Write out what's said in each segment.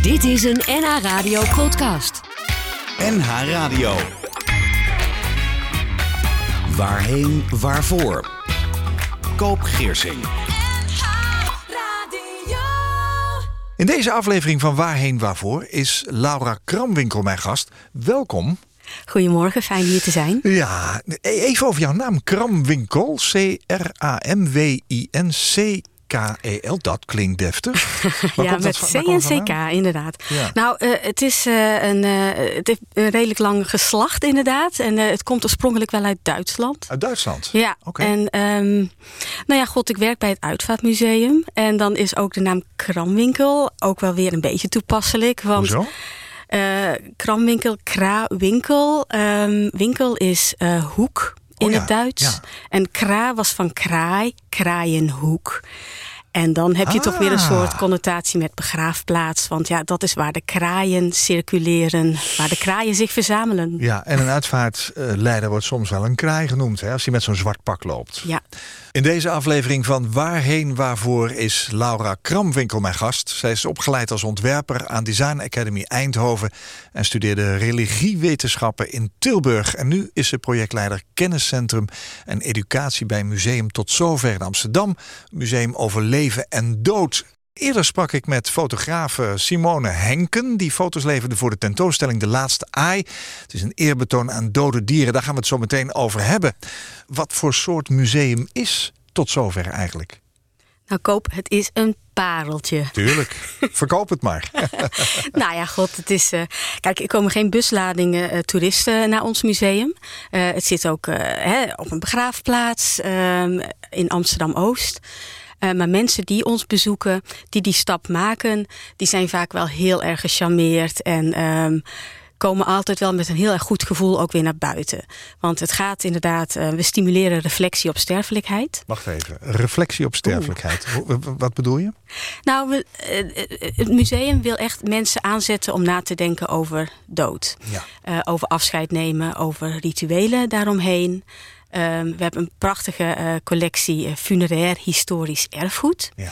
Dit is een NH Radio podcast. NH Radio. Waarheen, waarvoor? Koop Geersing. In deze aflevering van Waarheen, waarvoor is Laura Kramwinkel mijn gast. Welkom. Goedemorgen, fijn hier te zijn. Ja, even over jouw naam. Kramwinkel, Kramwinkel, dat klinkt deftig. Ja, met C en CK, inderdaad. Ja. Nou, het is het heeft een redelijk lang geslacht, inderdaad. En het komt oorspronkelijk wel uit Duitsland. Uit Duitsland? Ja. Okay. En ik werk bij het Uitvaartmuseum. En dan is ook de naam Kramwinkel ook wel weer een beetje toepasselijk. Want, hoezo? Kramwinkel, krawinkel. Winkel is hoek in het Duits. Ja. En kra was van kraai, kraaienhoek. En dan heb je toch weer een soort connotatie met begraafplaats. Want ja, dat is waar de kraaien circuleren. Waar de kraaien zich verzamelen. Ja, en een uitvaartleider wordt soms wel een kraai genoemd. Hè, als hij met zo'n zwart pak loopt. Ja. In deze aflevering van Waarheen, waarvoor is Laura Kramwinkel mijn gast. Zij is opgeleid als ontwerper aan Design Academy Eindhoven. En studeerde religiewetenschappen in Tilburg. En nu is ze projectleider kenniscentrum en educatie bij Museum Tot Zover in Amsterdam. Museum over leven en dood. Eerder sprak ik met fotografe Simone Henken, die foto's leverde voor de tentoonstelling De Laatste Aai. Het is een eerbetoon aan dode dieren, daar gaan we het zo meteen over hebben. Wat voor soort museum is Tot Zover eigenlijk? Nou Koop, het is een pareltje. Tuurlijk, verkoop het maar. Nou ja, het is... kijk, er komen geen busladingen toeristen naar ons museum. Het zit ook op een begraafplaats in Amsterdam-Oost. Maar mensen die ons bezoeken, die stap maken, die zijn vaak wel heel erg gecharmeerd en komen altijd wel met een heel erg goed gevoel ook weer naar buiten. Want het gaat inderdaad, we stimuleren reflectie op sterfelijkheid. Wacht even, reflectie op sterfelijkheid. Wat bedoel je? Nou, het museum wil echt mensen aanzetten om na te denken over dood. Ja. Over afscheid nemen, over rituelen daaromheen. We hebben een prachtige collectie funerair historisch erfgoed. Ja.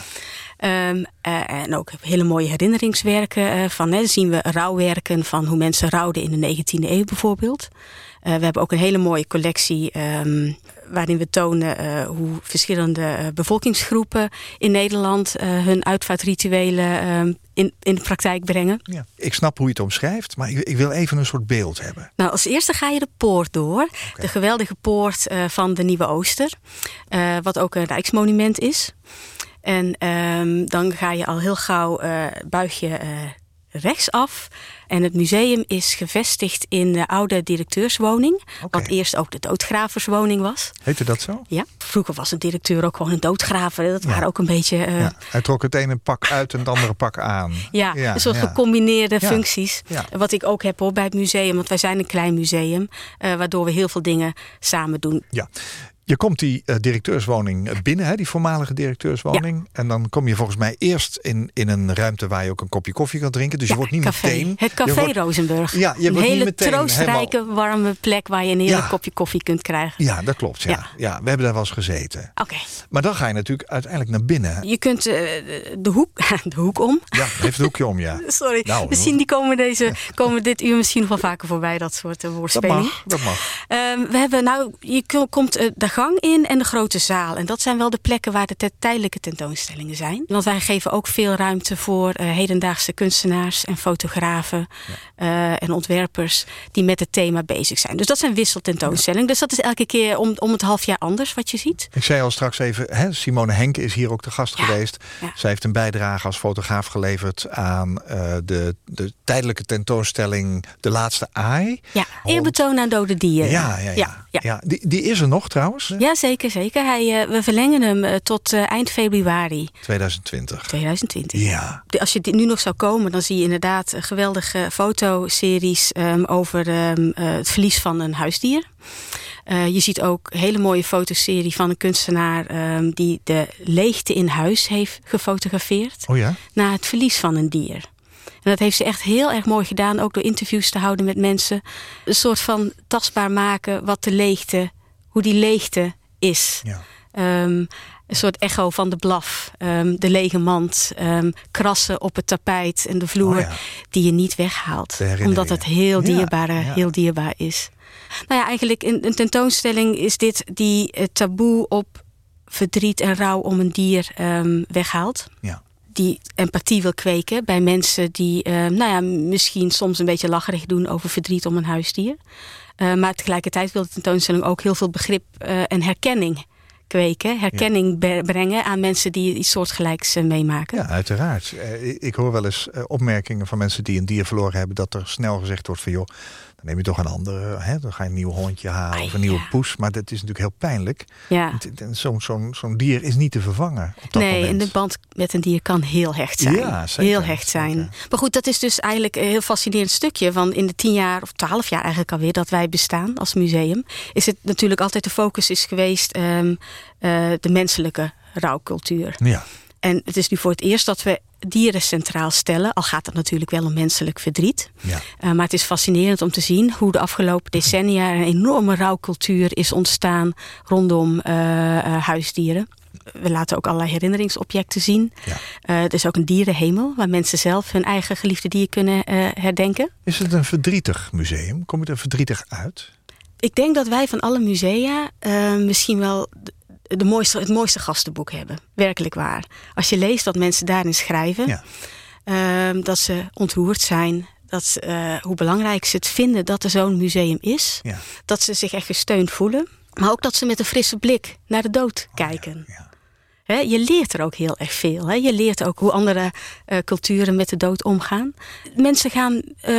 En ook hele mooie herinneringswerken. Dan zien we rouwwerken van hoe mensen rouwden in de 19e eeuw bijvoorbeeld. We hebben ook een hele mooie collectie waarin we tonen hoe verschillende bevolkingsgroepen in Nederland hun uitvaartrituelen in de praktijk brengen. Ja. Ik snap hoe je het omschrijft, maar ik wil even een soort beeld hebben. Nou, als eerste ga je de poort door. Okay. De geweldige poort van de Nieuwe Ooster. Wat ook een rijksmonument is. En dan ga je al heel gauw buig je rechtsaf. En het museum is gevestigd in de oude directeurswoning. Okay. Wat eerst ook de doodgraverswoning was. Heette dat zo? Ja. Vroeger was een directeur ook gewoon een doodgraver. Dat waren ook een beetje... Hij trok het ene pak uit en het andere pak aan. Ja, een soort gecombineerde functies. Ja. Wat ik ook heb bij het museum. Want wij zijn een klein museum. Waardoor we heel veel dingen samen doen. Ja. Je komt die directeurswoning binnen, die voormalige directeurswoning. Ja. En dan kom je volgens mij eerst in een ruimte waar je ook een kopje koffie kan drinken. Dus je wordt niet meteen... Het Café Rozenburg. Ja, je wordt hele niet meteen troostrijke, warme plek waar je een heerlijk kopje koffie kunt krijgen. Ja, dat klopt. Ja, we hebben daar wel eens gezeten. Okay. Maar dan ga je natuurlijk uiteindelijk naar binnen. Je kunt de hoek om. Ja, even het hoekje om, ja. Sorry, nou, misschien komen dit uur misschien nog wel vaker voorbij, dat soort woordspeling. Dat mag. We hebben je komt de gang in en de grote zaal. En dat zijn wel de plekken waar de tijdelijke tentoonstellingen zijn. Want wij geven ook veel ruimte voor hedendaagse kunstenaars en fotografen en ontwerpers die met het thema bezig zijn. Dus dat zijn wisseltentoonstellingen. Dus dat is elke keer om het half jaar anders wat je ziet. Ik zei al straks even, Simone Henken is hier ook te gast geweest. Ja. Zij heeft een bijdrage als fotograaf geleverd aan de tijdelijke tentoonstelling De Laatste Aai. Ja, eerbetoon aan dode dieren. Ja. Die is er nog trouwens? Ja, zeker. We verlengen hem tot eind februari. 2020. Ja. Als je dit nu nog zou komen, dan zie je inderdaad geweldige fotoseries over het verlies van een huisdier. Je ziet ook een hele mooie fotoserie van een kunstenaar die de leegte in huis heeft gefotografeerd. Oh ja? Na het verlies van een dier. En dat heeft ze echt heel erg mooi gedaan, ook door interviews te houden met mensen. Een soort van tastbaar maken hoe die leegte is. Ja. een soort echo van de blaf, de lege mand, krassen op het tapijt en de vloer die je niet weghaalt. Omdat het heel dierbaar is. Nou ja, eigenlijk in een tentoonstelling is dit die taboe op verdriet en rouw om een dier weghaalt. Ja. Die empathie wil kweken bij mensen die misschien soms een beetje lacherig doen over verdriet om een huisdier. Maar tegelijkertijd wil de tentoonstelling ook heel veel begrip en herkenning kweken. Herkenning brengen aan mensen die iets soortgelijks meemaken. Ja, uiteraard. Ik hoor wel eens opmerkingen van mensen die een dier verloren hebben, dat er snel gezegd wordt van joh, dan neem je toch een andere, hè? Dan ga je een nieuw hondje halen of een nieuwe poes. Maar dat is natuurlijk heel pijnlijk. Ja. Zo'n dier is niet te vervangen op dat moment. En de band met een dier kan heel hecht zijn. Ja, zeker, heel hecht zijn. Zeker. Maar goed, dat is dus eigenlijk een heel fascinerend stukje. Van in de 10 jaar of 12 jaar eigenlijk alweer dat wij bestaan als museum, is het natuurlijk altijd de focus is geweest de menselijke rouwcultuur. Ja. En het is nu voor het eerst dat we dieren centraal stellen. Al gaat het natuurlijk wel om menselijk verdriet. Ja. Maar het is fascinerend om te zien hoe de afgelopen decennia een enorme rouwcultuur is ontstaan rondom huisdieren. We laten ook allerlei herinneringsobjecten zien. Ja. Er is ook een dierenhemel waar mensen zelf hun eigen geliefde dier kunnen herdenken. Is het een verdrietig museum? Kom je er verdrietig uit? Ik denk dat wij van alle musea misschien wel het mooiste gastenboek hebben. Werkelijk waar. Als je leest wat mensen daarin schrijven, dat ze ontroerd zijn, hoe belangrijk ze het vinden dat er zo'n museum is. Ja. Dat ze zich echt gesteund voelen. Maar ook dat ze met een frisse blik naar de dood kijken. Ja. Je leert er ook heel erg veel. Je leert ook hoe andere culturen met de dood omgaan. Mensen gaan.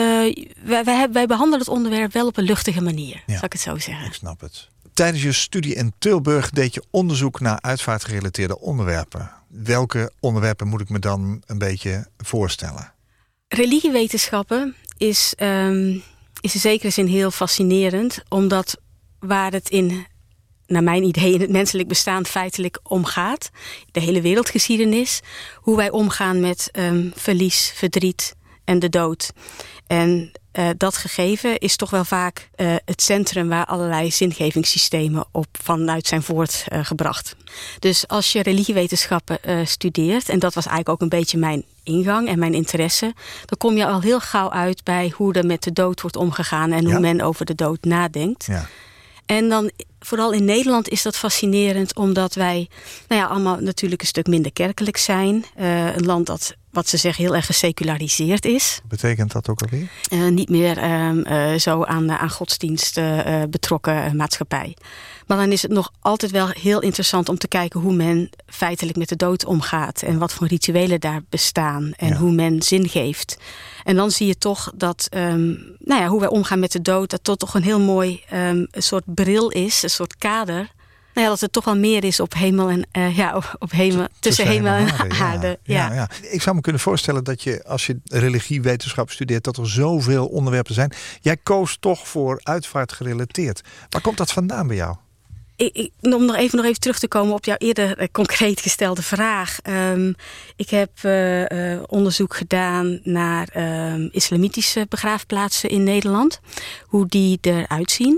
Wij behandelen het onderwerp wel op een luchtige manier, zal ik het zo zeggen. Ik snap het. Tijdens je studie in Tilburg deed je onderzoek naar uitvaartgerelateerde onderwerpen. Welke onderwerpen moet ik me dan een beetje voorstellen? Religiewetenschappen is in zekere zin heel fascinerend, omdat waar het naar mijn idee, in het menselijk bestaan feitelijk omgaat, de hele wereldgeschiedenis, hoe wij omgaan met verlies, verdriet en de dood. En dat gegeven is toch wel vaak het centrum waar allerlei zingevingssystemen op vanuit zijn voortgebracht. Dus als je religiewetenschappen studeert, en dat was eigenlijk ook een beetje mijn ingang en mijn interesse, dan kom je al heel gauw uit bij hoe er met de dood wordt omgegaan en hoe men over de dood nadenkt. Ja. En dan vooral in Nederland is dat fascinerend, omdat wij allemaal natuurlijk een stuk minder kerkelijk zijn. Een land dat, wat ze zeggen, heel erg geseculariseerd is. Betekent dat ook alweer? Niet meer zo aan godsdienst betrokken maatschappij. Maar dan is het nog altijd wel heel interessant om te kijken hoe men feitelijk met de dood omgaat. En wat voor rituelen daar bestaan. En hoe men zin geeft. En dan zie je toch dat hoe wij omgaan met de dood, dat dat toch een heel mooi een soort bril is, een soort kader. Dat het toch wel meer is op hemel en op hemel, tussen hemel en aarde. Ja. Ik zou me kunnen voorstellen dat je, als je religiewetenschap studeert, dat er zoveel onderwerpen zijn. Jij koos toch voor uitvaart gerelateerd. Waar komt dat vandaan bij jou? Om nog even terug te komen op jouw eerder concreet gestelde vraag. Ik heb onderzoek gedaan naar islamitische begraafplaatsen in Nederland. Hoe die eruit zien.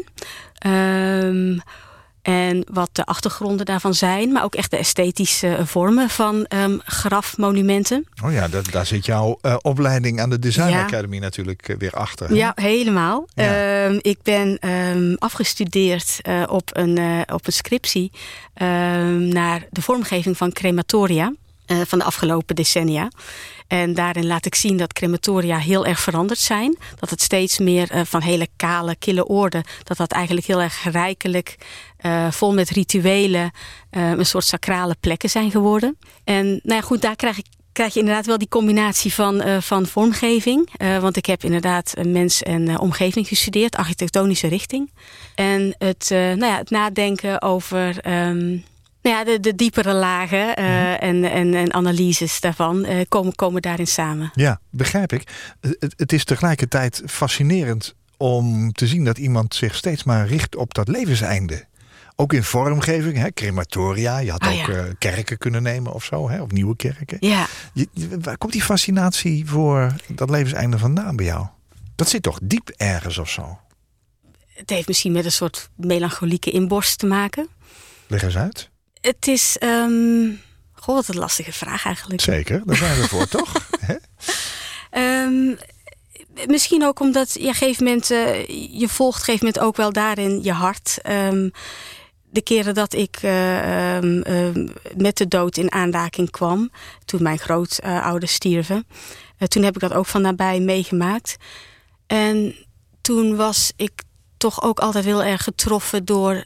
En wat de achtergronden daarvan zijn. Maar ook echt de esthetische vormen van grafmonumenten. Oh ja, daar zit jouw opleiding aan de Design Academy natuurlijk weer achter. Hè? Ja, helemaal. Ja. Ik ben afgestudeerd op een scriptie naar de vormgeving van crematoria van de afgelopen decennia. En daarin laat ik zien dat crematoria heel erg veranderd zijn. Dat het steeds meer van hele kale, kille oorden, dat eigenlijk heel erg rijkelijk, vol met rituelen, een soort sacrale plekken zijn geworden. En daar krijg je inderdaad wel die combinatie van vormgeving. Want ik heb inderdaad mens en omgeving gestudeerd, architectonische richting. En het nadenken over de diepere lagen en analyses daarvan komen daarin samen. Ja, begrijp ik. Het is tegelijkertijd fascinerend om te zien dat iemand zich steeds maar richt op dat levenseinde. Ook in vormgeving, crematoria. Je had ook kerken kunnen nemen of zo, of nieuwe kerken. Ja. Waar komt die fascinatie voor dat levenseinde vandaan bij jou? Dat zit toch diep ergens of zo? Het heeft misschien met een soort melancholieke inborst te maken. Leg eens uit. Het is... wat een lastige vraag eigenlijk. Zeker, daar zijn we voor, toch? Misschien ook omdat je gegeven moment... je volgt op een gegeven moment ook wel daarin je hart. De keren dat ik met de dood in aanraking kwam... toen mijn grootouders stierven... toen heb ik dat ook van nabij meegemaakt. En toen was ik toch ook altijd heel erg getroffen door...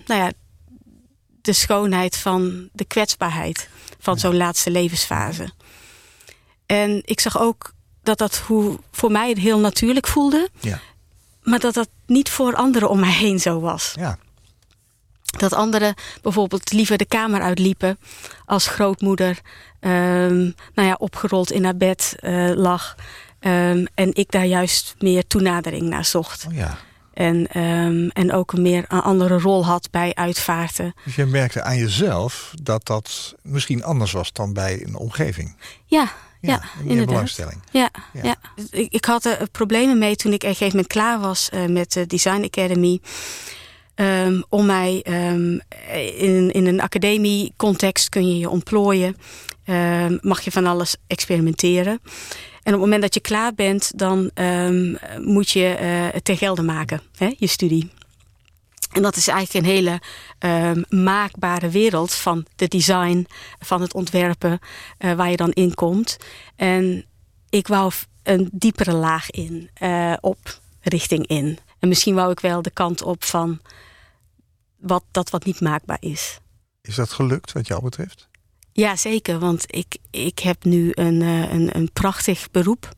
de schoonheid van de kwetsbaarheid van zo'n laatste levensfase. En ik zag ook dat voor mij het heel natuurlijk voelde... Ja. maar dat niet voor anderen om mij heen zo was. Ja. Dat anderen bijvoorbeeld liever de kamer uitliepen als grootmoeder... opgerold in haar bed lag... en ik daar juist meer toenadering naar zocht. Oh ja. En ook een andere rol had bij uitvaarten. Dus je merkte aan jezelf dat misschien anders was dan bij een omgeving. Ja, inderdaad. Belangstelling. Ja. Ik had er problemen mee toen ik op een gegeven moment klaar was met de Design Academy. Om mij in een academiecontext kun je ontplooien. Mag je van alles experimenteren. En op het moment dat je klaar bent, dan moet je het ten gelde maken, hè, je studie. En dat is eigenlijk een hele maakbare wereld van de design, van het ontwerpen, waar je dan in komt. En ik wou een diepere laag in, richting in. En misschien wou ik wel de kant op van wat niet maakbaar is. Is dat gelukt wat jou betreft? Ja, zeker. Want ik heb nu een prachtig beroep...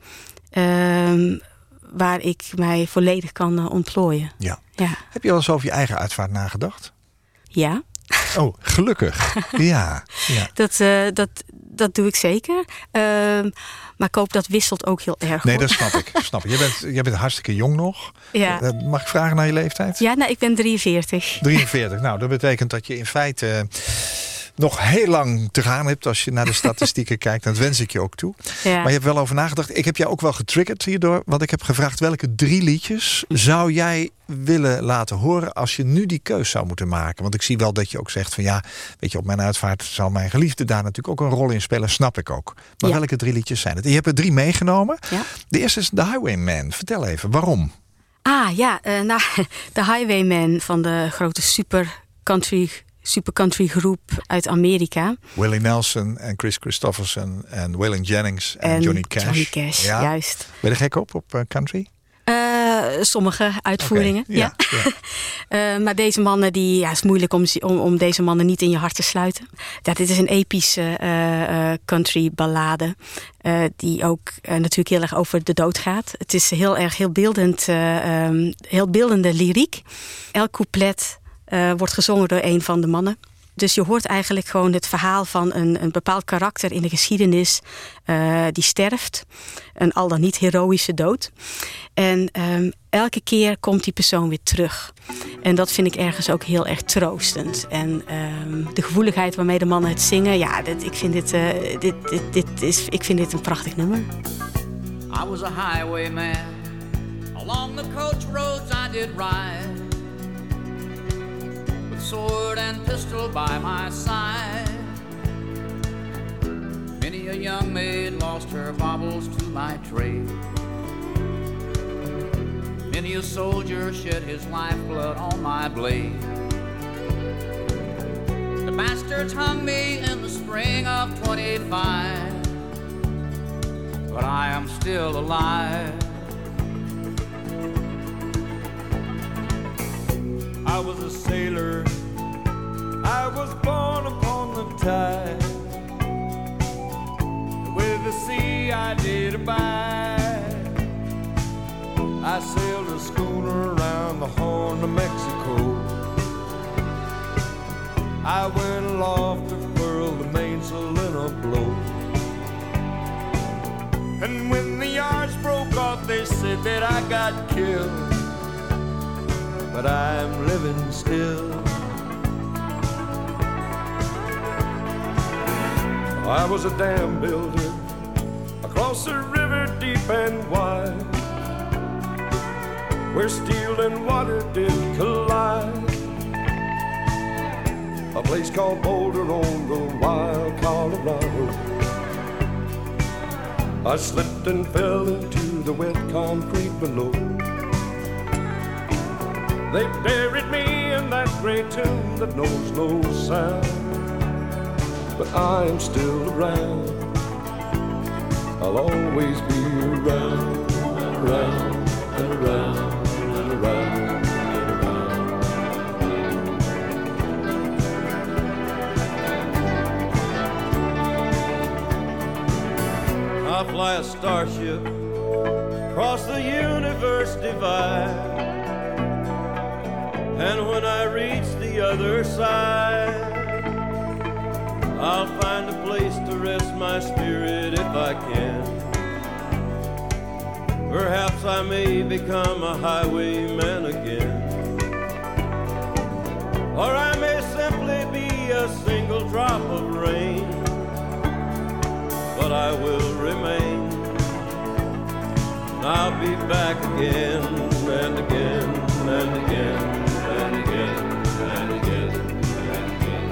waar ik mij volledig kan ontplooien. Ja. Ja. Heb je al eens over je eigen uitvaart nagedacht? Ja. Oh, gelukkig. Ja. Dat doe ik zeker. Maar ik hoop dat wisselt ook heel erg. Nee, hoor. dat snap ik. Je bent hartstikke jong nog. Ja. Mag ik vragen naar je leeftijd? Ja, ik ben 43. 43. Nou, dat betekent dat je in feite... nog heel lang te gaan hebt als je naar de statistieken kijkt. En dat wens ik je ook toe. Ja. Maar je hebt wel over nagedacht. Ik heb jou ook wel getriggerd hierdoor. Want ik heb gevraagd welke 3 liedjes zou jij willen laten horen als je nu die keus zou moeten maken. Want ik zie wel dat je ook zegt van ja, weet je, op mijn uitvaart zal mijn geliefde daar natuurlijk ook een rol in spelen. Snap ik ook. Maar welke 3 liedjes zijn het? Je hebt er 3 meegenomen. Ja. De eerste is The Highwayman. Vertel even, waarom? The Highwayman van de grote super country groep uit Amerika. Willie Nelson en Chris Christopherson en Waylon Jennings en Johnny Cash. Johnny Cash, ja. Juist. Ben je er gek op country? Sommige uitvoeringen, okay. Ja. maar deze mannen, het is moeilijk om deze mannen niet in je hart te sluiten. Ja, dit is een epische country ballade. Die ook natuurlijk heel erg over de dood gaat. Het is heel beeldende lyriek. Elk couplet wordt gezongen door een van de mannen. Dus je hoort eigenlijk gewoon het verhaal van een bepaald karakter in de geschiedenis die sterft. Een al dan niet heroïsche dood. En elke keer komt die persoon weer terug. En dat vind ik ergens ook heel erg troostend. En de gevoeligheid waarmee de mannen het zingen, ik vind dit een prachtig nummer. I was a highwayman. Along the coach roads I did ride. Sword and pistol by my side. Many a young maid lost her baubles to my trade. Many a soldier shed his lifeblood on my blade. The bastards hung me in the spring of 25, but I am still alive. I was a sailor, I was born upon the tide. With the sea I did abide. I sailed a schooner around the Horn of Mexico. I went aloft to furl the mainsail in a blow. And when the yards broke off, they said that I got killed. But I'm living still. I was a dam builder across a river deep and wide, where steel and water did collide. A place called Boulder on the wild Colorado. I slipped and fell into the wet concrete below. They buried me in that great tomb that knows no sound. But I am still around. I'll always be around, around, and around, and around, and around. I fly a starship across the universe divide. And when I reach the other side, I'll find a place to rest my spirit if I can. Perhaps I may become a highwayman again. Or I may simply be a single drop of rain. But I will remain. And I'll be back again and again and again. And again, and again, and again.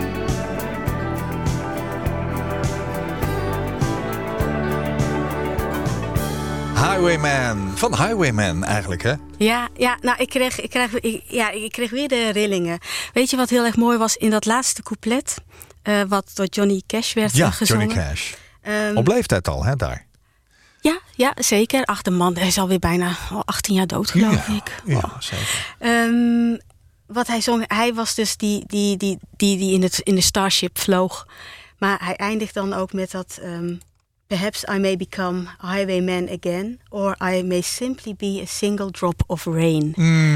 Highwayman, van Highwayman eigenlijk, hè? Ja, nou, ik kreeg weer de rillingen. Weet je wat heel erg mooi was in dat laatste couplet? Wat door Johnny Cash werd gezongen. Johnny Cash. Op leeftijd al, hè, daar? Ja, zeker. Ach, de man, hij is alweer bijna 18 jaar dood, geloof ik. Ja, zeker. Wat hij zong, hij was dus die in de Starship vloog. Maar hij eindigt dan ook met dat... Perhaps I may become a highwayman again. Or I may simply be a single drop of rain.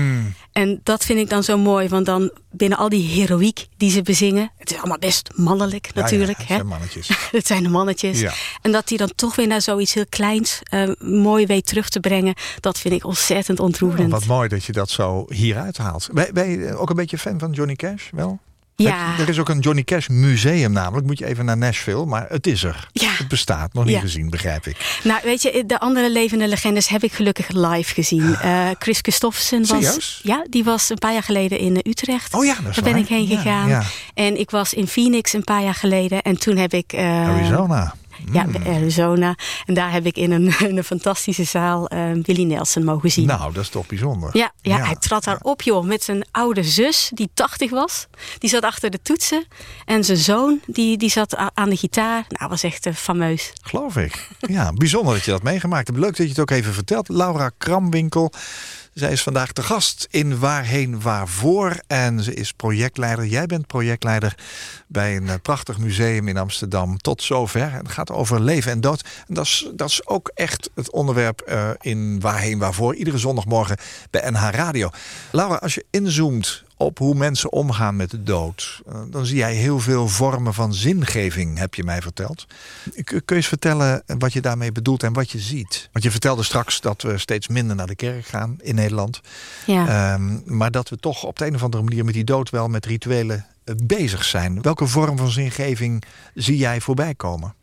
En dat vind ik dan zo mooi. Want dan binnen al die heroïek die ze bezingen. Het is allemaal best mannelijk natuurlijk. Ja, het zijn mannetjes. Het zijn de mannetjes. Ja. En dat hij dan toch weer naar zoiets heel kleins mooi weet terug te brengen. Dat vind ik ontzettend ontroerend. Wat mooi dat je dat zo hieruit haalt. Ben je ook een beetje fan van Johnny Cash? Wel? Ja. Er is ook een Johnny Cash museum namelijk. Moet je even naar Nashville, maar het is er. Ja. Het bestaat, nog niet gezien, begrijp ik. Nou, weet je, de andere levende legendes heb ik gelukkig live gezien. Chris Christofferson was... Serieus? Ja, die was een paar jaar geleden in Utrecht. Oh ja, dat is Daar waar. ben ik heen gegaan. Ja. En ik was in Phoenix een paar jaar geleden. En toen heb ik... Arizona. Ja, Arizona. En daar heb ik in een fantastische zaal Willie Nelson mogen zien. Nou, dat is toch bijzonder. Ja, hij trad daar op, joh, met zijn oude zus die 80 was. Die zat achter de toetsen. En zijn zoon, die zat aan de gitaar. Nou, was echt fameus. Geloof ik. Ja, bijzonder dat je dat meegemaakt hebt. Leuk dat je het ook even vertelt. Laura Kramwinkel. Zij is vandaag te gast in Waarheen Waarvoor. En ze is projectleider. Jij bent projectleider bij een prachtig museum in Amsterdam. Tot zover. Het gaat over leven en dood. En dat is ook echt het onderwerp in Waarheen Waarvoor. Iedere zondagmorgen bij NH Radio. Laura, als je inzoomt op hoe mensen omgaan met de dood, dan zie jij heel veel vormen van zingeving, heb je mij verteld. Kun je eens vertellen wat je daarmee bedoelt en wat je ziet? Want je vertelde straks dat we steeds minder naar de kerk gaan in Nederland. Ja. Maar dat we toch op de een of andere manier met die dood wel met rituelen bezig zijn. Welke vorm van zingeving zie jij voorbij komen?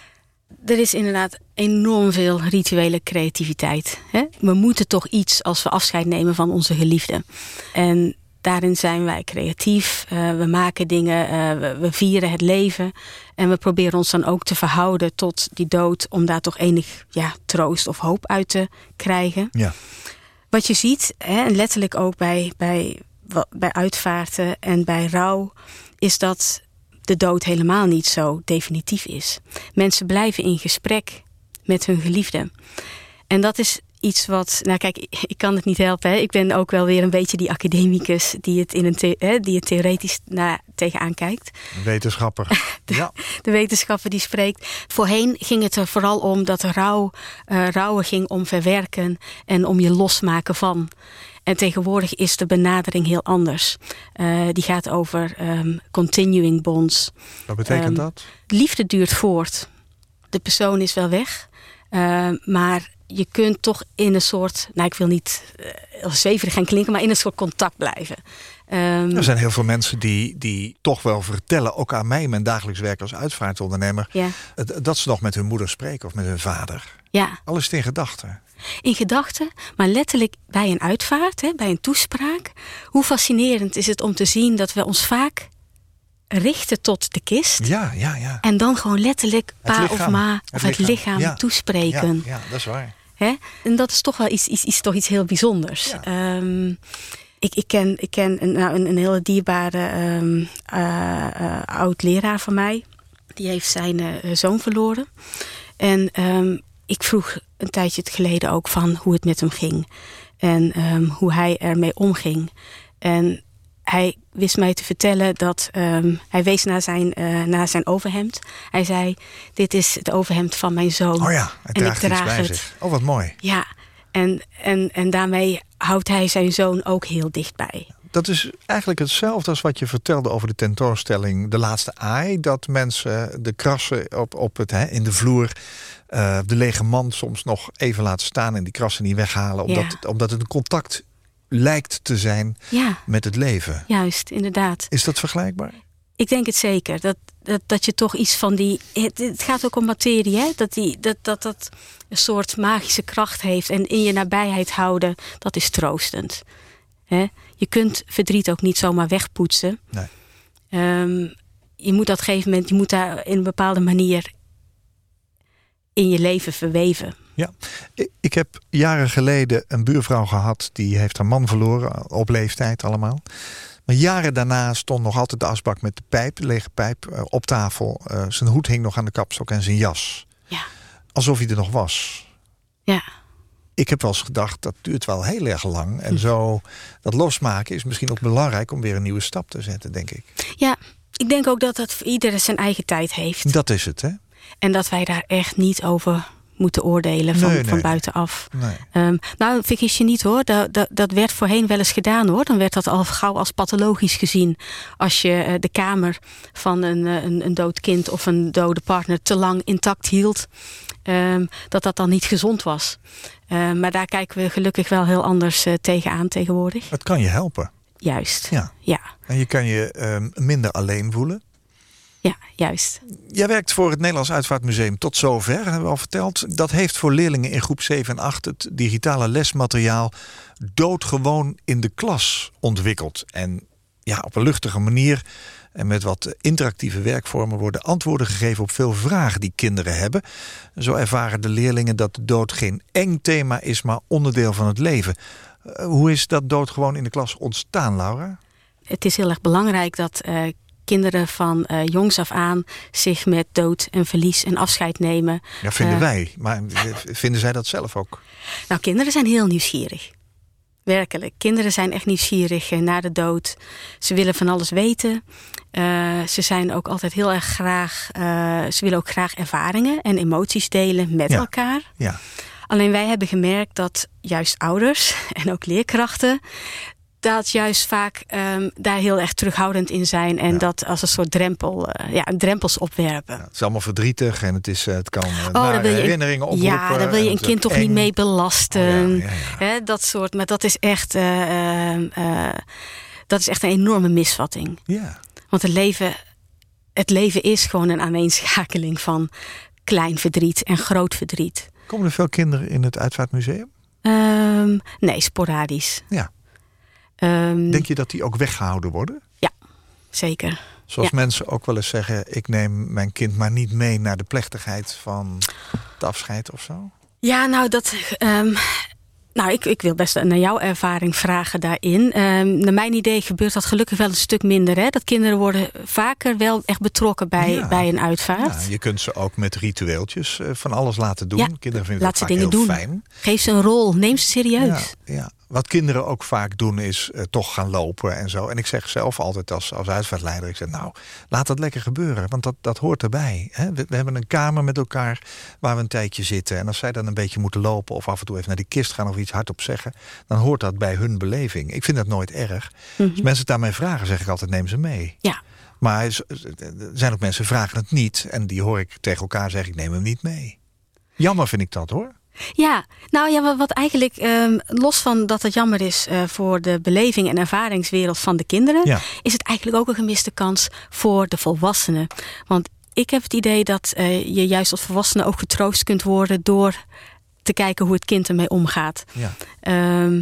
Er is inderdaad enorm veel rituele creativiteit. Hè? We moeten toch iets als we afscheid nemen van onze geliefden. En daarin zijn wij creatief. We maken dingen, we vieren het leven. En we proberen ons dan ook te verhouden tot die dood, om daar toch enig troost of hoop uit te krijgen. Ja. Wat je ziet, en letterlijk ook bij uitvaarten en bij rouw, is dat de dood helemaal niet zo definitief is. Mensen blijven in gesprek met hun geliefden. En dat is iets wat... Nou kijk, ik kan het niet helpen. Hè. Ik ben ook wel weer een beetje die academicus die het theoretisch tegenaan kijkt. Wetenschapper. De wetenschapper die spreekt. Voorheen ging het er vooral om dat rouwen ging om verwerken en om je losmaken van. En tegenwoordig is de benadering heel anders. Die gaat over continuing bonds. Wat betekent dat? Liefde duurt voort. De persoon is wel weg. Maar je kunt toch in een soort... Nou, ik wil niet als zweverig gaan klinken, maar in een soort contact blijven. Er zijn heel veel mensen die toch wel vertellen, ook aan mij in mijn dagelijks werk als uitvaartondernemer, dat ze nog met hun moeder spreken of met hun vader. Ja. Alles in gedachten. In gedachten, maar letterlijk bij een uitvaart, bij een toespraak. Hoe fascinerend is het om te zien dat we ons vaak richten tot de kist. Ja. En dan gewoon letterlijk pa of ma of het lichaam toespreken. Ja, dat is waar. Hè? En dat is toch wel iets heel bijzonders. Ja. Ik ken een hele dierbare oud-leraar van mij. Die heeft zijn zoon verloren. En ik vroeg een tijdje geleden ook van hoe het met hem ging. En hoe hij ermee omging. En hij wist mij te vertellen dat hij wees naar zijn overhemd. Hij zei, dit is het overhemd van mijn zoon. Oh ja, hij draagt en ik iets draag bij het. zich. Oh, wat mooi. Ja, en daarmee houdt hij zijn zoon ook heel dichtbij. Dat is eigenlijk hetzelfde als wat je vertelde over de tentoonstelling De Laatste Aai. Dat mensen de krassen in de vloer, de lege mand soms nog even laten staan en die krassen niet weghalen. Omdat het een contact lijkt te zijn met het leven. Juist, inderdaad. Is dat vergelijkbaar? Ik denk het zeker. Dat je toch iets van die... Het gaat ook om materie, hè? Dat een soort magische kracht heeft. En in je nabijheid houden, dat is troostend. Hè? Je kunt verdriet ook niet zomaar wegpoetsen. Nee. Je moet dat gegeven moment, je moet daar in een bepaalde manier in je leven verweven. Ja, ik heb jaren geleden een buurvrouw gehad, die heeft haar man verloren, op leeftijd allemaal. Maar jaren daarna stond nog altijd de asbak met de pijp, de lege pijp, op tafel. Zijn hoed hing nog aan de kapstok en zijn jas. Ja. Alsof hij er nog was. Ja. Ik heb wel eens gedacht, dat duurt wel heel erg lang. En zo, dat losmaken is misschien ook belangrijk om weer een nieuwe stap te zetten, denk ik. Ja, ik denk ook dat voor iedereen zijn eigen tijd heeft. Dat is het, hè? En dat wij daar echt niet over moeten oordelen van buitenaf. Nee. Nou, vergis je niet hoor. Dat werd voorheen wel eens gedaan hoor. Dan werd dat al gauw als pathologisch gezien. Als je de kamer van een dood kind of een dode partner te lang intact hield. Dat dan niet gezond was. Maar daar kijken we gelukkig wel heel anders tegenaan tegenwoordig. Het kan je helpen. Juist. Ja. En je kan je minder alleen voelen. Ja, juist. Jij werkt voor het Nederlands Uitvaartmuseum tot zover, hebben we al verteld. Dat heeft voor leerlingen in groep 7 en 8 het digitale lesmateriaal Doodgewoon in de klas ontwikkeld. En ja, op een luchtige manier en met wat interactieve werkvormen worden antwoorden gegeven op veel vragen die kinderen hebben. Zo ervaren de leerlingen dat de dood geen eng thema is, maar onderdeel van het leven. Hoe is dat doodgewoon in de klas ontstaan, Laura? Het is heel erg belangrijk dat kinderen van jongs af aan zich met dood en verlies en afscheid nemen. Ja, vinden wij. Maar vinden zij dat zelf ook? Nou, kinderen zijn heel nieuwsgierig. Werkelijk. Kinderen zijn echt nieuwsgierig naar de dood. Ze willen van alles weten. Ze zijn ook altijd heel erg graag... ze willen ook graag ervaringen en emoties delen met elkaar. Ja. Alleen wij hebben gemerkt dat juist ouders en ook leerkrachten dat juist vaak daar heel erg terughoudend in zijn. En dat als een soort drempels opwerpen. Ja, het is allemaal verdrietig en het kan herinneringen oproepen. Ja, daar wil je een kind toch niet mee belasten. Ja. Hè, dat soort, maar dat is echt een enorme misvatting. Ja. Want het leven is gewoon een aaneenschakeling van klein verdriet en groot verdriet. Komen er veel kinderen in het Uitvaartmuseum? Nee, sporadisch. Ja. Denk je dat die ook weggehouden worden? Ja, zeker. Zoals mensen ook wel eens zeggen, ik neem mijn kind maar niet mee naar de plechtigheid van het afscheid of zo? Ja, nou ik wil best naar jouw ervaring vragen daarin. Naar mijn idee gebeurt dat gelukkig wel een stuk minder. Hè? Dat kinderen worden vaker wel echt betrokken bij een uitvaart. Ja, je kunt ze ook met ritueeltjes van alles laten doen. Ja, kinderen vinden dat vaak heel fijn. Geef ze een rol, neem ze serieus. Ja. Wat kinderen ook vaak doen is toch gaan lopen en zo. En ik zeg zelf altijd als uitvaartleider, ik zeg nou, laat dat lekker gebeuren. Want dat hoort erbij. Hè? We hebben een kamer met elkaar waar we een tijdje zitten. En als zij dan een beetje moeten lopen of af en toe even naar die kist gaan of iets hardop zeggen, dan hoort dat bij hun beleving. Ik vind dat nooit erg. Mm-hmm. Als mensen het daarmee vragen, zeg ik altijd, neem ze mee. Ja. Maar er zijn ook mensen die vragen het niet. En die hoor ik tegen elkaar zeggen, ik neem hem niet mee. Jammer vind ik dat hoor. Ja, nou ja, wat eigenlijk los van dat het jammer is voor de beleving en ervaringswereld van de kinderen, is het eigenlijk ook een gemiste kans voor de volwassenen. Want ik heb het idee dat je juist als volwassene ook getroost kunt worden door te kijken hoe het kind ermee omgaat. Ja.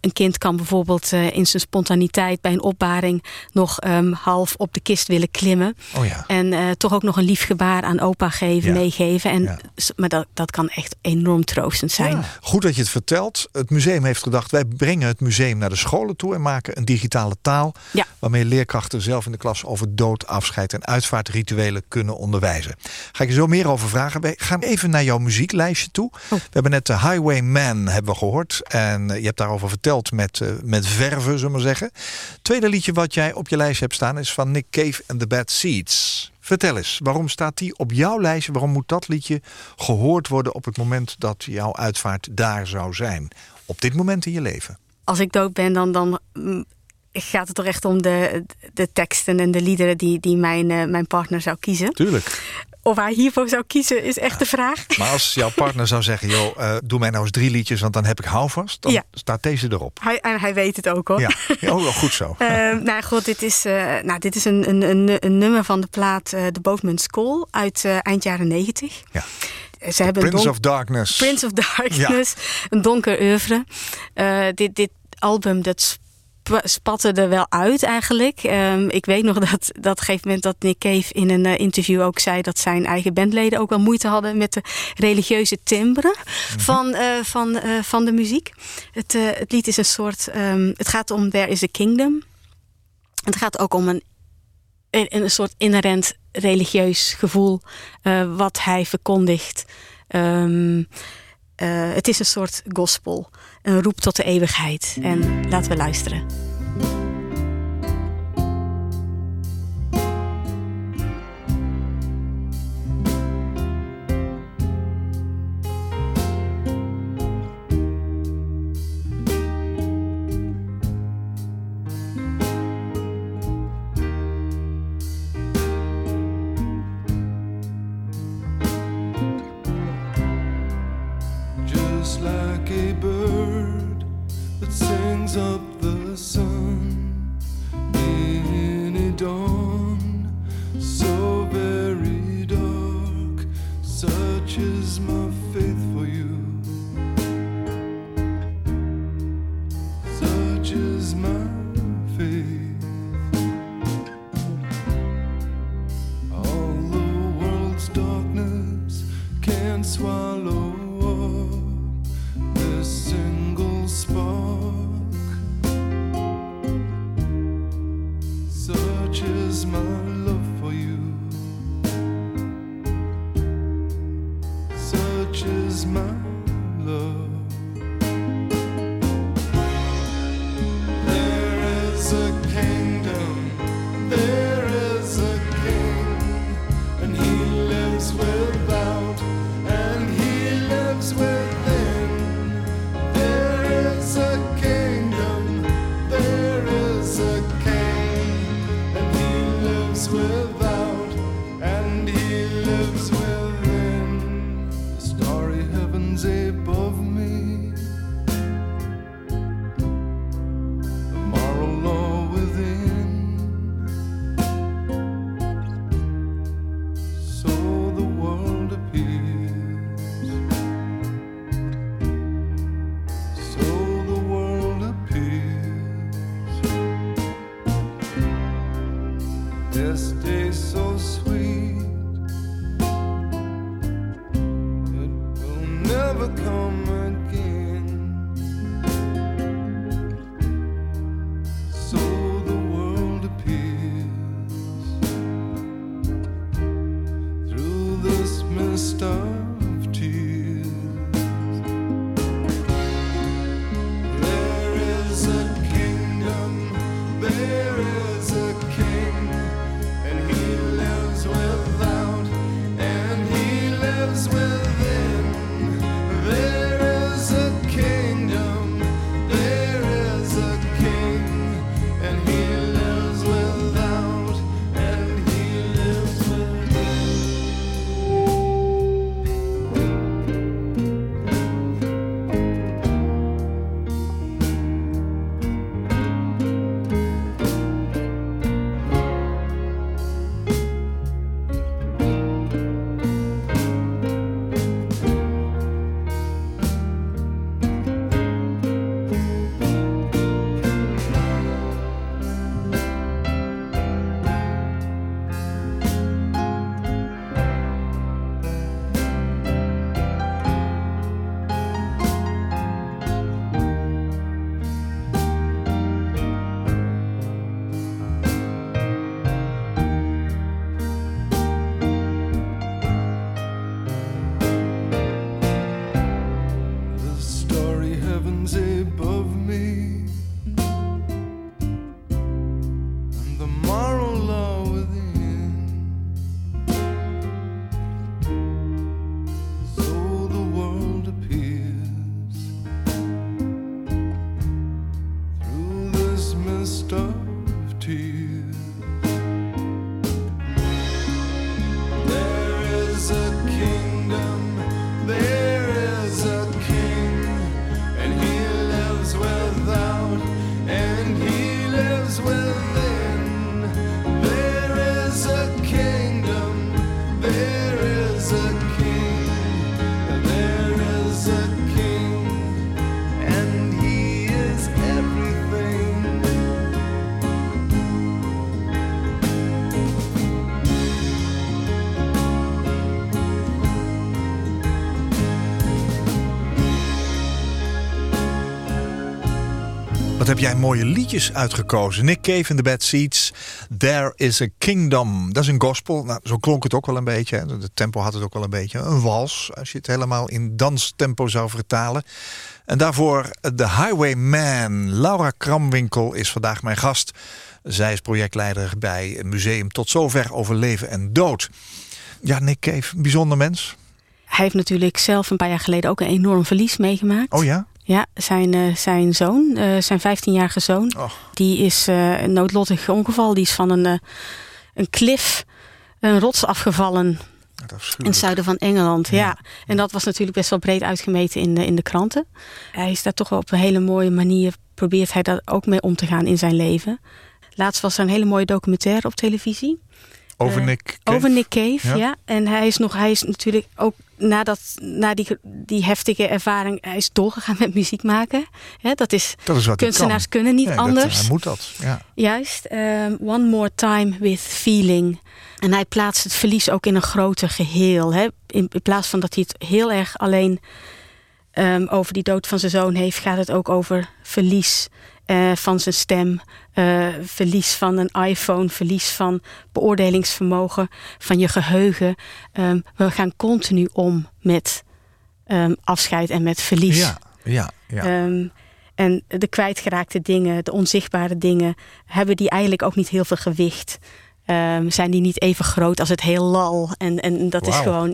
Een kind kan bijvoorbeeld in zijn spontaniteit bij een opbaring nog half op de kist willen klimmen. Oh ja. En toch ook nog een lief gebaar aan opa geven, meegeven. Maar dat kan echt enorm troostend zijn. Ja. Goed dat je het vertelt. Het museum heeft gedacht, wij brengen het museum naar de scholen toe en maken een digitale taal waarmee leerkrachten zelf in de klas over dood, afscheid en uitvaartrituelen kunnen onderwijzen. Ga ik je zo meer over vragen. We gaan even naar jouw muzieklijstje toe. We hebben net de Highwayman hebben we gehoord. En je hebt daarover verteld met verven, zullen we maar zeggen. Tweede liedje wat jij op je lijstje hebt staan is van Nick Cave and the Bad Seeds. Vertel eens, waarom staat die op jouw lijstje? Waarom moet dat liedje gehoord worden op het moment dat jouw uitvaart daar zou zijn? Op dit moment in je leven. Als ik dood ben, dan gaat het toch echt om de teksten en de liederen die mijn partner zou kiezen. Tuurlijk. Of hij hiervoor zou kiezen, is echt de vraag. Maar als jouw partner zou zeggen, doe mij nou eens 3 liedjes, want dan heb ik houvast. Dan staat deze erop. Hij weet het ook, hoor. Ja, goed zo. Dit is een nummer van de plaat The Boatman's Call uit eind jaren 90. Ja. Ze hebben Prince of Darkness, een donker oeuvre. Dit album, dat spatte er wel uit eigenlijk. Ik weet nog dat op een gegeven moment dat Nick Cave in een interview ook zei dat zijn eigen bandleden ook wel moeite hadden met de religieuze timbre van de muziek. Het lied is een soort... het gaat om There is a Kingdom. Het gaat ook om een soort inherent religieus gevoel wat hij verkondigt. Het is een soort gospel. Een roep tot de eeuwigheid. En laten we luisteren. Just like a bird that sings up the sun in a dawn so very dark, such is my faith for you, such is my faith. All the world's darkness can't swallow single spark, such is my love for you, such is my love. There forest of tears. There is a kingdom, there is a king, and he lives without, and he lives within. There is a kingdom, there is a king, there is a king, and he is everything. Wat heb jij mooie liedjes uitgekozen. Nick Cave in the Bad Seeds. There is a Kingdom. Dat is een gospel. Nou, zo klonk het ook wel een beetje. Hè. De tempo had het ook wel een beetje. Een wals, als je het helemaal in danstempo zou vertalen. En daarvoor de Highwayman. Laura Kramwinkel is vandaag mijn gast. Zij is projectleider bij het museum Tot Zover over leven en dood. Ja, Nick Cave, een bijzonder mens. Hij heeft natuurlijk zelf een paar jaar geleden ook een enorm verlies meegemaakt. Oh ja? Ja, zijn zoon, zijn 15-jarige zoon, die is een noodlottig ongeval. Die is van een klif, een rots afgevallen in het zuiden van Engeland. Ja. En dat was natuurlijk best wel breed uitgemeten in de kranten. Hij is daar toch wel op een hele mooie manier, probeert hij daar ook mee om te gaan in zijn leven. Laatst was er een hele mooie documentaire op televisie. Over Nick Cave? Over Nick Cave, ja. En hij is natuurlijk ook na die heftige ervaring, hij is doorgegaan met muziek maken. Dat is wat kunstenaars kunnen niet anders. Hij moet dat, ja. Juist. One More Time with Feeling. En hij plaatst het verlies ook in een groter geheel. Hè? In plaats van dat hij het heel erg alleen over die dood van zijn zoon heeft, gaat het ook over verlies van zijn stem, verlies van een iPhone, verlies van beoordelingsvermogen, van je geheugen. We gaan continu om met afscheid en met verlies. Ja. En de kwijtgeraakte dingen, de onzichtbare dingen, hebben die eigenlijk ook niet heel veel gewicht. Zijn die niet even groot als het heelal. En dat is gewoon,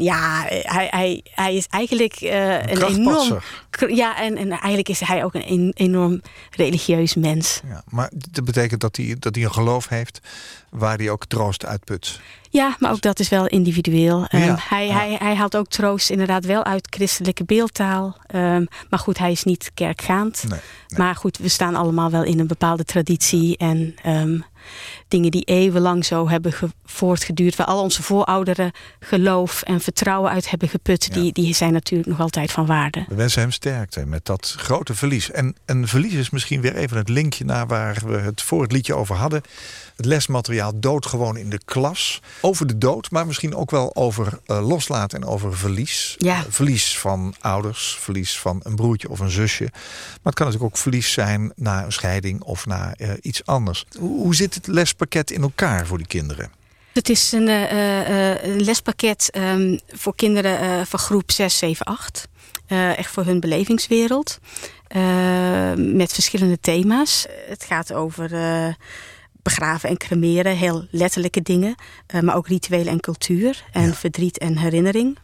hij is eigenlijk een enorm. Ja, en eigenlijk is hij ook een enorm religieus mens. Ja, maar dat betekent dat hij een geloof heeft waar hij ook troost uitput. Ja, maar ook dat is wel individueel. Hij haalt ook troost inderdaad wel uit christelijke beeldtaal. Maar goed, hij is niet kerkgaand. Nee. Maar goed, we staan allemaal wel in een bepaalde traditie. En dingen die eeuwenlang zo hebben voortgeduurd, waar al onze voorouderen geloof en vertrouwen uit hebben geput, die zijn natuurlijk nog altijd van waarde. We wensen hem sterkte met dat grote verlies. En een verlies is misschien weer even het linkje naar waar we het voor het liedje over hadden. Het lesmateriaal Dood gewoon in de klas. Over de dood, maar misschien ook wel over loslaten en over verlies. Ja. Verlies van ouders, verlies van een broertje of een zusje. Maar het kan natuurlijk ook verlies zijn na een scheiding of na iets anders. Hoe zit het lespakket in elkaar voor die kinderen? Het is een lespakket voor kinderen van groep 6, 7, 8. Echt voor hun belevingswereld. Met verschillende thema's. Het gaat over begraven en cremeren, heel letterlijke dingen. Maar ook rituelen en cultuur. En verdriet en herinnering.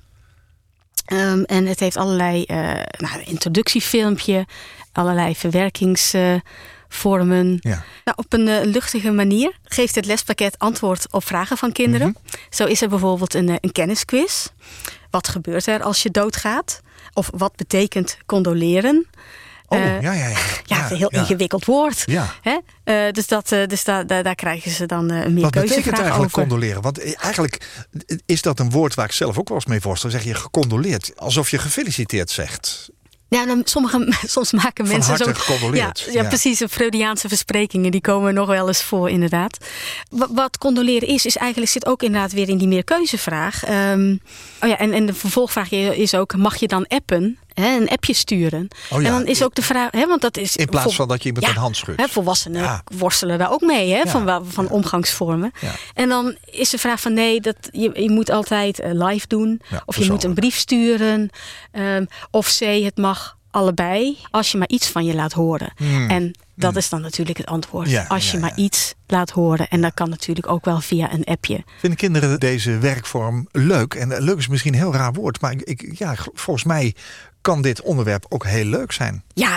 En het heeft allerlei een introductiefilmpje. Allerlei verwerkingsvormen. Nou, op een luchtige manier geeft het lespakket antwoord op vragen van kinderen. Mm-hmm. Zo is er bijvoorbeeld een kennisquiz. Wat gebeurt er als je doodgaat? Of wat betekent condoleren? Een heel ingewikkeld woord. Ja. Hè? Dus daar krijgen ze dan meer keuzevragen over. Wat betekent eigenlijk condoleren? Want eigenlijk is dat een woord waar ik zelf ook wel eens mee worstel. Dan zeg je gecondoleerd, alsof je gefeliciteerd zegt. Ja, dan soms maken mensen zo gecondoleerd. Ja, precies. Freudiaanse versprekingen, die komen nog wel eens voor, inderdaad. Wat condoleren is eigenlijk zit ook inderdaad weer in die meerkeuzevraag. En de vervolgvraag is ook, mag je dan appen? Een appje sturen. En dan is ook de vraag, want dat is in plaats van dat je iemand een hand schudt. Volwassenen worstelen daar ook mee, van omgangsvormen. Ja. En dan is de vraag van nee, je moet altijd live doen. Of je moet een brief sturen. Of het mag allebei, als je maar iets van je laat horen. En dat is dan natuurlijk het antwoord. Als je maar iets laat horen. En dat kan natuurlijk ook wel via een appje. Vinden kinderen deze werkvorm leuk? En leuk is misschien een heel raar woord. Maar volgens mij kan dit onderwerp ook heel leuk zijn. Ja,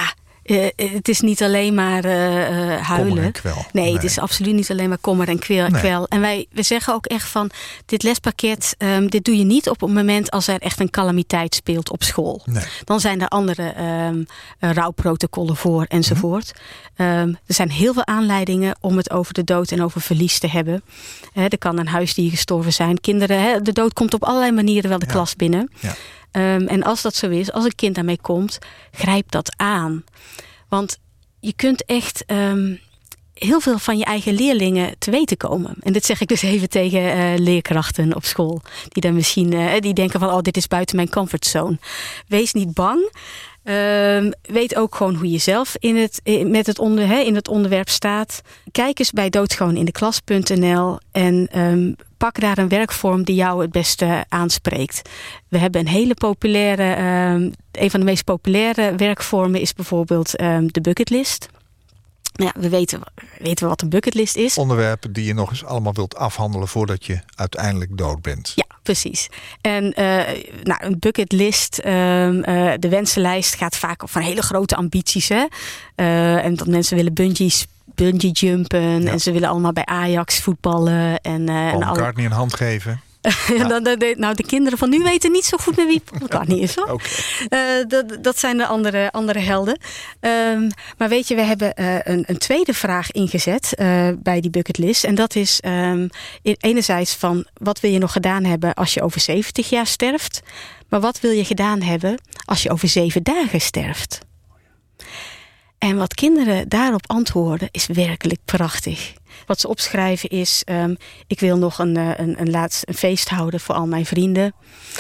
Het is niet alleen maar huilen. Kommer en kwel. Nee, het is absoluut niet alleen maar kommer en kwel. Nee. En we zeggen ook echt van, dit lespakket, dit doe je niet op het moment als er echt een calamiteit speelt op school. Nee. Dan zijn er andere rouwprotocollen voor enzovoort. Er zijn heel veel aanleidingen om het over de dood en over verlies te hebben. Er kan een huisdier gestorven zijn. Kinderen, de dood komt op allerlei manieren wel de klas binnen. Ja. En als dat zo is, als een kind daarmee komt, grijp dat aan. Want je kunt echt heel veel van je eigen leerlingen te weten komen. En dit zeg ik dus even tegen leerkrachten op school. Die dan misschien die denken van, dit is buiten mijn comfortzone. Wees niet bang. Weet ook gewoon hoe je zelf in het onderwerp staat. Kijk eens bij doodgewoonindeklas.nl en pak daar een werkvorm die jou het beste aanspreekt. We hebben een hele populaire, een van de meest populaire werkvormen is bijvoorbeeld de bucketlist. Ja, we weten wat een bucketlist is. Onderwerpen die je nog eens allemaal wilt afhandelen voordat je uiteindelijk dood bent. Ja, precies. En een bucketlist, de wensenlijst gaat vaak van hele grote ambities. Hè? En dat mensen willen bungee jumpen en ze willen allemaal bij Ajax voetballen. Paul McCartney een hand geven. Ja. De kinderen van nu weten niet zo goed met wie Paul McCartney is, hoor. Okay. Dat zijn de andere helden. Maar weet je, we hebben een tweede vraag ingezet bij die bucketlist. En dat is enerzijds van, wat wil je nog gedaan hebben als je over 70 jaar sterft? Maar wat wil je gedaan hebben als je over 7 dagen sterft? En wat kinderen daarop antwoorden is werkelijk prachtig. Wat ze opschrijven is, ik wil nog een feest houden voor al mijn vrienden.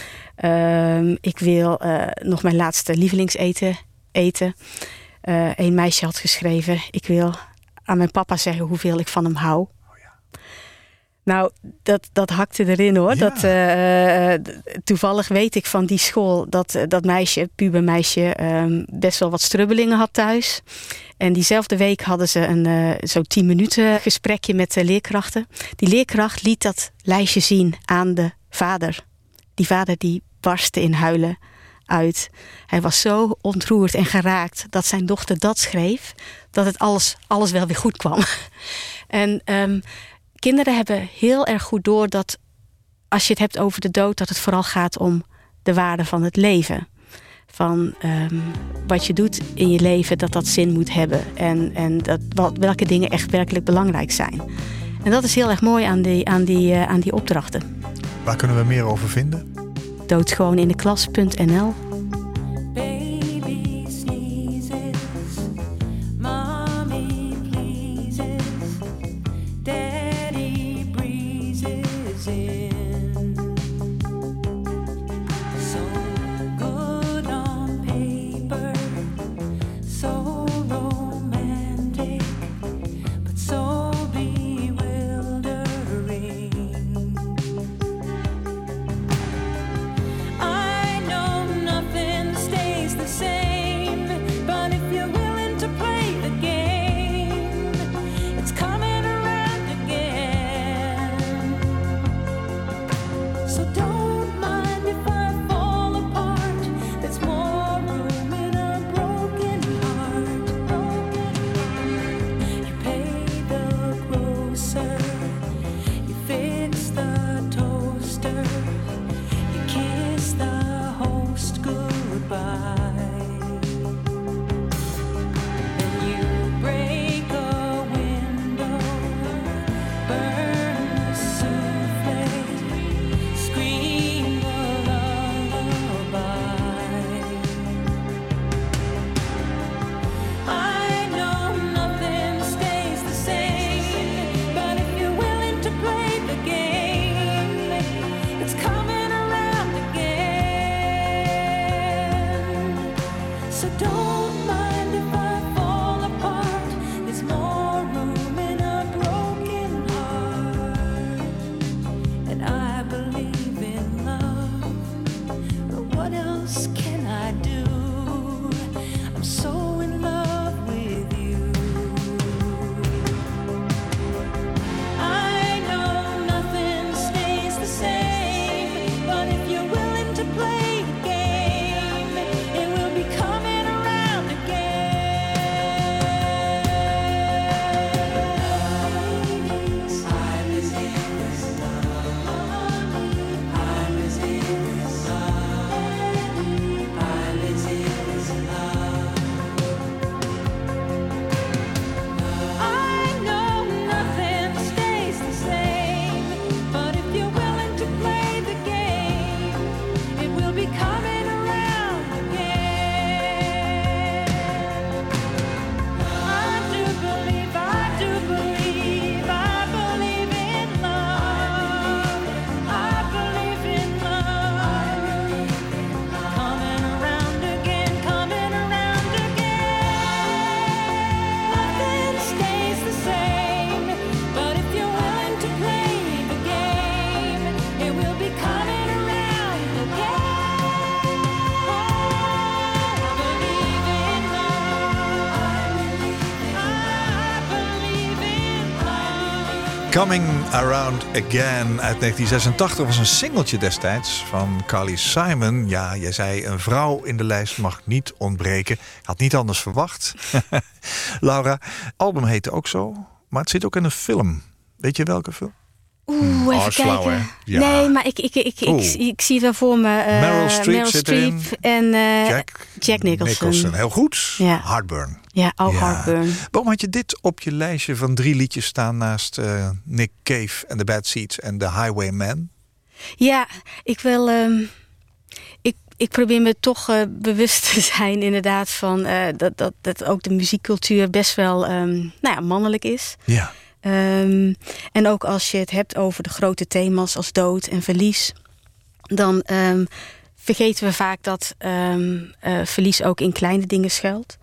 Ik wil nog mijn laatste lievelingseten eten. Een meisje had geschreven, ik wil aan mijn papa zeggen hoeveel ik van hem hou. Oh ja. Nou, dat hakte erin, hoor. Ja. Toevallig weet ik van die school dat meisje, pubermeisje, best wel wat strubbelingen had thuis. En diezelfde week hadden ze een zo'n 10 minuten gesprekje met de leerkrachten. Die leerkracht liet dat lijstje zien aan de vader. Die vader die barstte in huilen uit. Hij was zo ontroerd en geraakt dat zijn dochter dat schreef, dat het alles wel weer goed kwam. En kinderen hebben heel erg goed door dat als je het hebt over de dood, dat het vooral gaat om de waarde van het leven. Van wat je doet in je leven, dat zin moet hebben. En welke dingen echt werkelijk belangrijk zijn. En dat is heel erg mooi aan die opdrachten. Waar kunnen we meer over vinden? Doodgewoonindeklas.nl. Coming Around Again uit 1986 was een singeltje destijds van Carly Simon. Ja, jij zei een vrouw in de lijst mag niet ontbreken. Had niet anders verwacht. Laura, album heette ook zo, maar het zit ook in een film. Weet je welke film? Even kijken. Ja. Nee, maar ik zie het wel voor me. Meryl Streep zit Streep en Jack Nicholson. Heel goed. Ja. Heartburn. Ja, Heartburn. Waarom had je dit op je lijstje van 3 liedjes staan naast Nick Cave en The Bad Seeds en The Highwayman? Ja, ik wil... Ik probeer me toch bewust te zijn inderdaad van dat ook de muziekcultuur best wel mannelijk is. Ja. En ook als je het hebt over de grote thema's als dood en verlies, dan vergeten we vaak dat verlies ook in kleine dingen schuilt.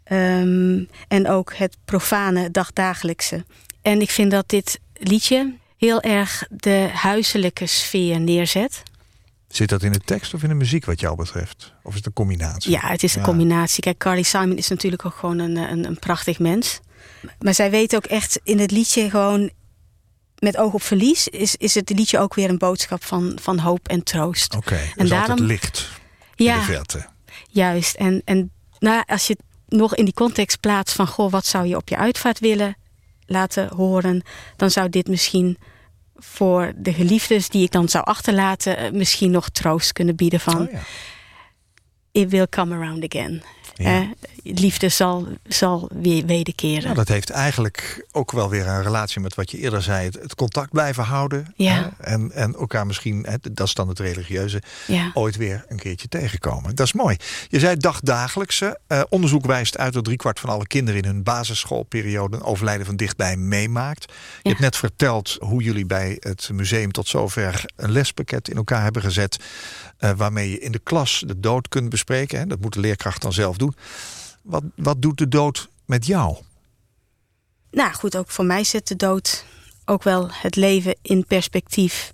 En ook het profane dagdagelijkse. En ik vind dat dit liedje heel erg de huiselijke sfeer neerzet. Zit dat in de tekst of in de muziek wat jou betreft? Of is het een combinatie? Ja, het is een combinatie. Kijk, Carly Simon is natuurlijk ook gewoon een prachtig mens. Maar zij weet ook echt in het liedje gewoon, met oog op verlies, is het liedje ook weer een boodschap van hoop en troost. Oké, dus daarom altijd licht in de verte. Juist. En als je het nog in die context plaatst van, goh, wat zou je op je uitvaart willen laten horen, dan zou dit misschien voor de geliefdes die ik dan zou achterlaten misschien nog troost kunnen bieden van It will come around again. Ja. Liefde zal weer wederkeren. Nou, dat heeft eigenlijk ook wel weer een relatie met wat je eerder zei. Het contact blijven houden. Ja. En elkaar misschien, dat is dan het religieuze, ooit weer een keertje tegenkomen. Dat is mooi. Je zei dagdagelijkse. Onderzoek wijst uit dat 3/4 van alle kinderen in hun basisschoolperiode een overlijden van dichtbij meemaakt. Je hebt net verteld hoe jullie bij het museum tot zover een lespakket in elkaar hebben gezet. Waarmee je in de klas de dood kunt bespreken. Hè? Dat moet de leerkracht dan zelf doen. Wat doet de dood met jou? Nou goed, ook voor mij zet de dood ook wel het leven in perspectief.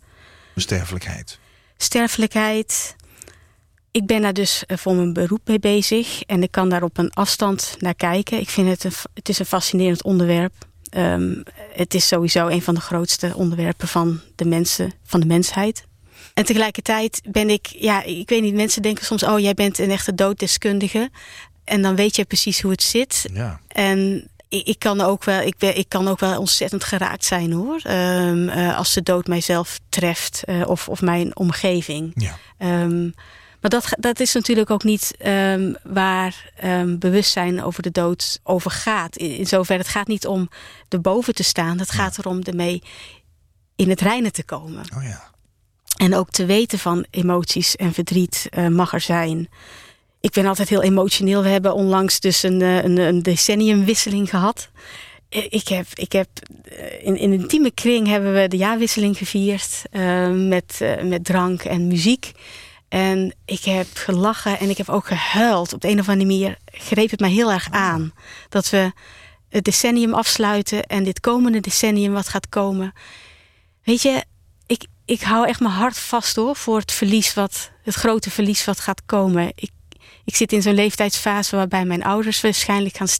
Sterfelijkheid. Ik ben daar dus voor mijn beroep mee bezig. En ik kan daar op een afstand naar kijken. Ik vind het is een fascinerend onderwerp. Het is sowieso een van de grootste onderwerpen van de mensheid. En tegelijkertijd ben ik weet niet, mensen denken soms, oh, jij bent een echte dooddeskundige. En dan weet je precies hoe het zit. Ja. En ik kan ook wel ontzettend geraakt zijn, hoor. Als de dood mijzelf treft of mijn omgeving. Ja. Maar dat is natuurlijk ook niet waar bewustzijn over de dood over gaat. In zoverre, het gaat niet om erboven te staan. Het gaat erom ermee in het reine te komen. Oh ja. En ook te weten van emoties en verdriet mag er zijn. Ik ben altijd heel emotioneel. We hebben onlangs dus een decenniumwisseling gehad. Ik heb in een intieme kring hebben we de jaarwisseling gevierd. Met drank en muziek. En ik heb gelachen en ik heb ook gehuild. Op de een of andere manier greep het mij heel erg aan. Dat we het decennium afsluiten en dit komende decennium wat gaat komen. Weet je, ik hou echt mijn hart vast, hoor, voor het grote verlies wat gaat komen. Ik zit in zo'n leeftijdsfase waarbij mijn ouders waarschijnlijk gaan...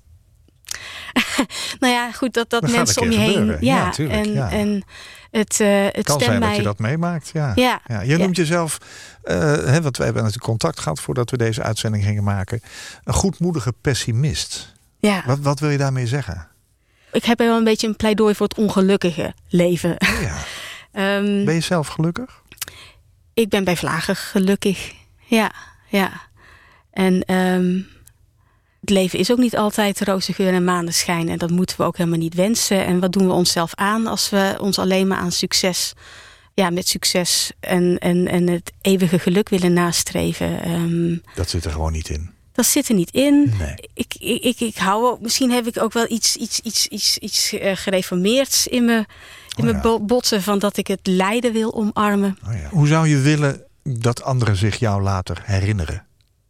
nou ja, goed, dat mensen om je heen... Ja, tuurlijk, en het kan zijn dat je dat meemaakt. Ja. Je noemt jezelf, want wij hebben natuurlijk contact gehad voordat we deze uitzending gingen maken, een goedmoedige pessimist. Ja. Wat wil je daarmee zeggen? Ik heb wel een beetje een pleidooi voor het ongelukkige leven. Ja. Ben je zelf gelukkig? Ik ben bij vlagen gelukkig. Ja. En het leven is ook niet altijd roze geur en maneschijn. En dat moeten we ook helemaal niet wensen. En wat doen we onszelf aan als we ons alleen maar aan succes... met succes en het eeuwige geluk willen nastreven. Dat zit er gewoon niet in. Dat zit er niet in. Nee. Ik hou ook... Misschien heb ik ook wel iets gereformeerds in mijn botsen van dat ik het lijden wil omarmen. Oh ja. Hoe zou je willen dat anderen zich jou later herinneren?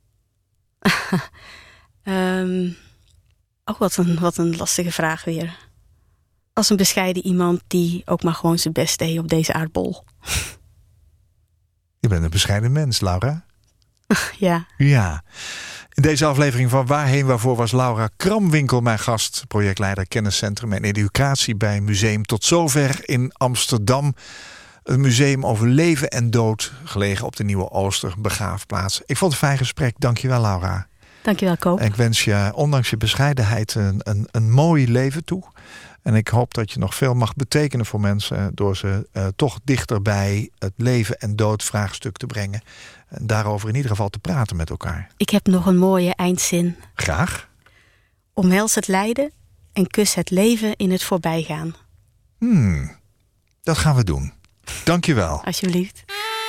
Ook wat een lastige vraag weer. Als een bescheiden iemand die ook maar gewoon zijn best deed op deze aardbol. Je bent een bescheiden mens, Laura. Ja. Ja. In deze aflevering van Waarheen Waarvoor was Laura Kramwinkel mijn gast. Projectleider Kenniscentrum en Educatie bij Museum Tot Zover in Amsterdam. Een museum over leven en dood, gelegen op de Nieuwe Oosterbegraafplaats. Ik vond het een fijn gesprek. Dankjewel, Laura. Dankjewel, Koop. En ik wens je, ondanks je bescheidenheid, een mooi leven toe. En ik hoop dat je nog veel mag betekenen voor mensen door ze toch dichter bij het leven en dood vraagstuk te brengen. En daarover in ieder geval te praten met elkaar. Ik heb nog een mooie eindzin. Graag. Omhels het lijden en kus het leven in het voorbijgaan. Dat gaan we doen. Dank je wel. Alsjeblieft.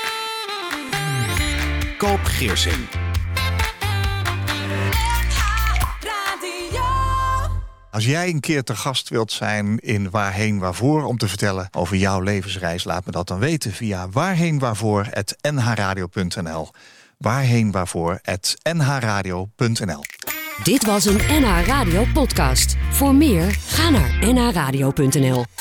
Koop Geersing. Als jij een keer te gast wilt zijn in Waarheen Waarvoor om te vertellen over jouw levensreis, laat me dat dan weten via waarheenwaarvoor@nhradio.nl. Waarheenwaarvoor@nhradio.nl. Dit was een NH Radio podcast. Voor meer, ga naar nhradio.nl.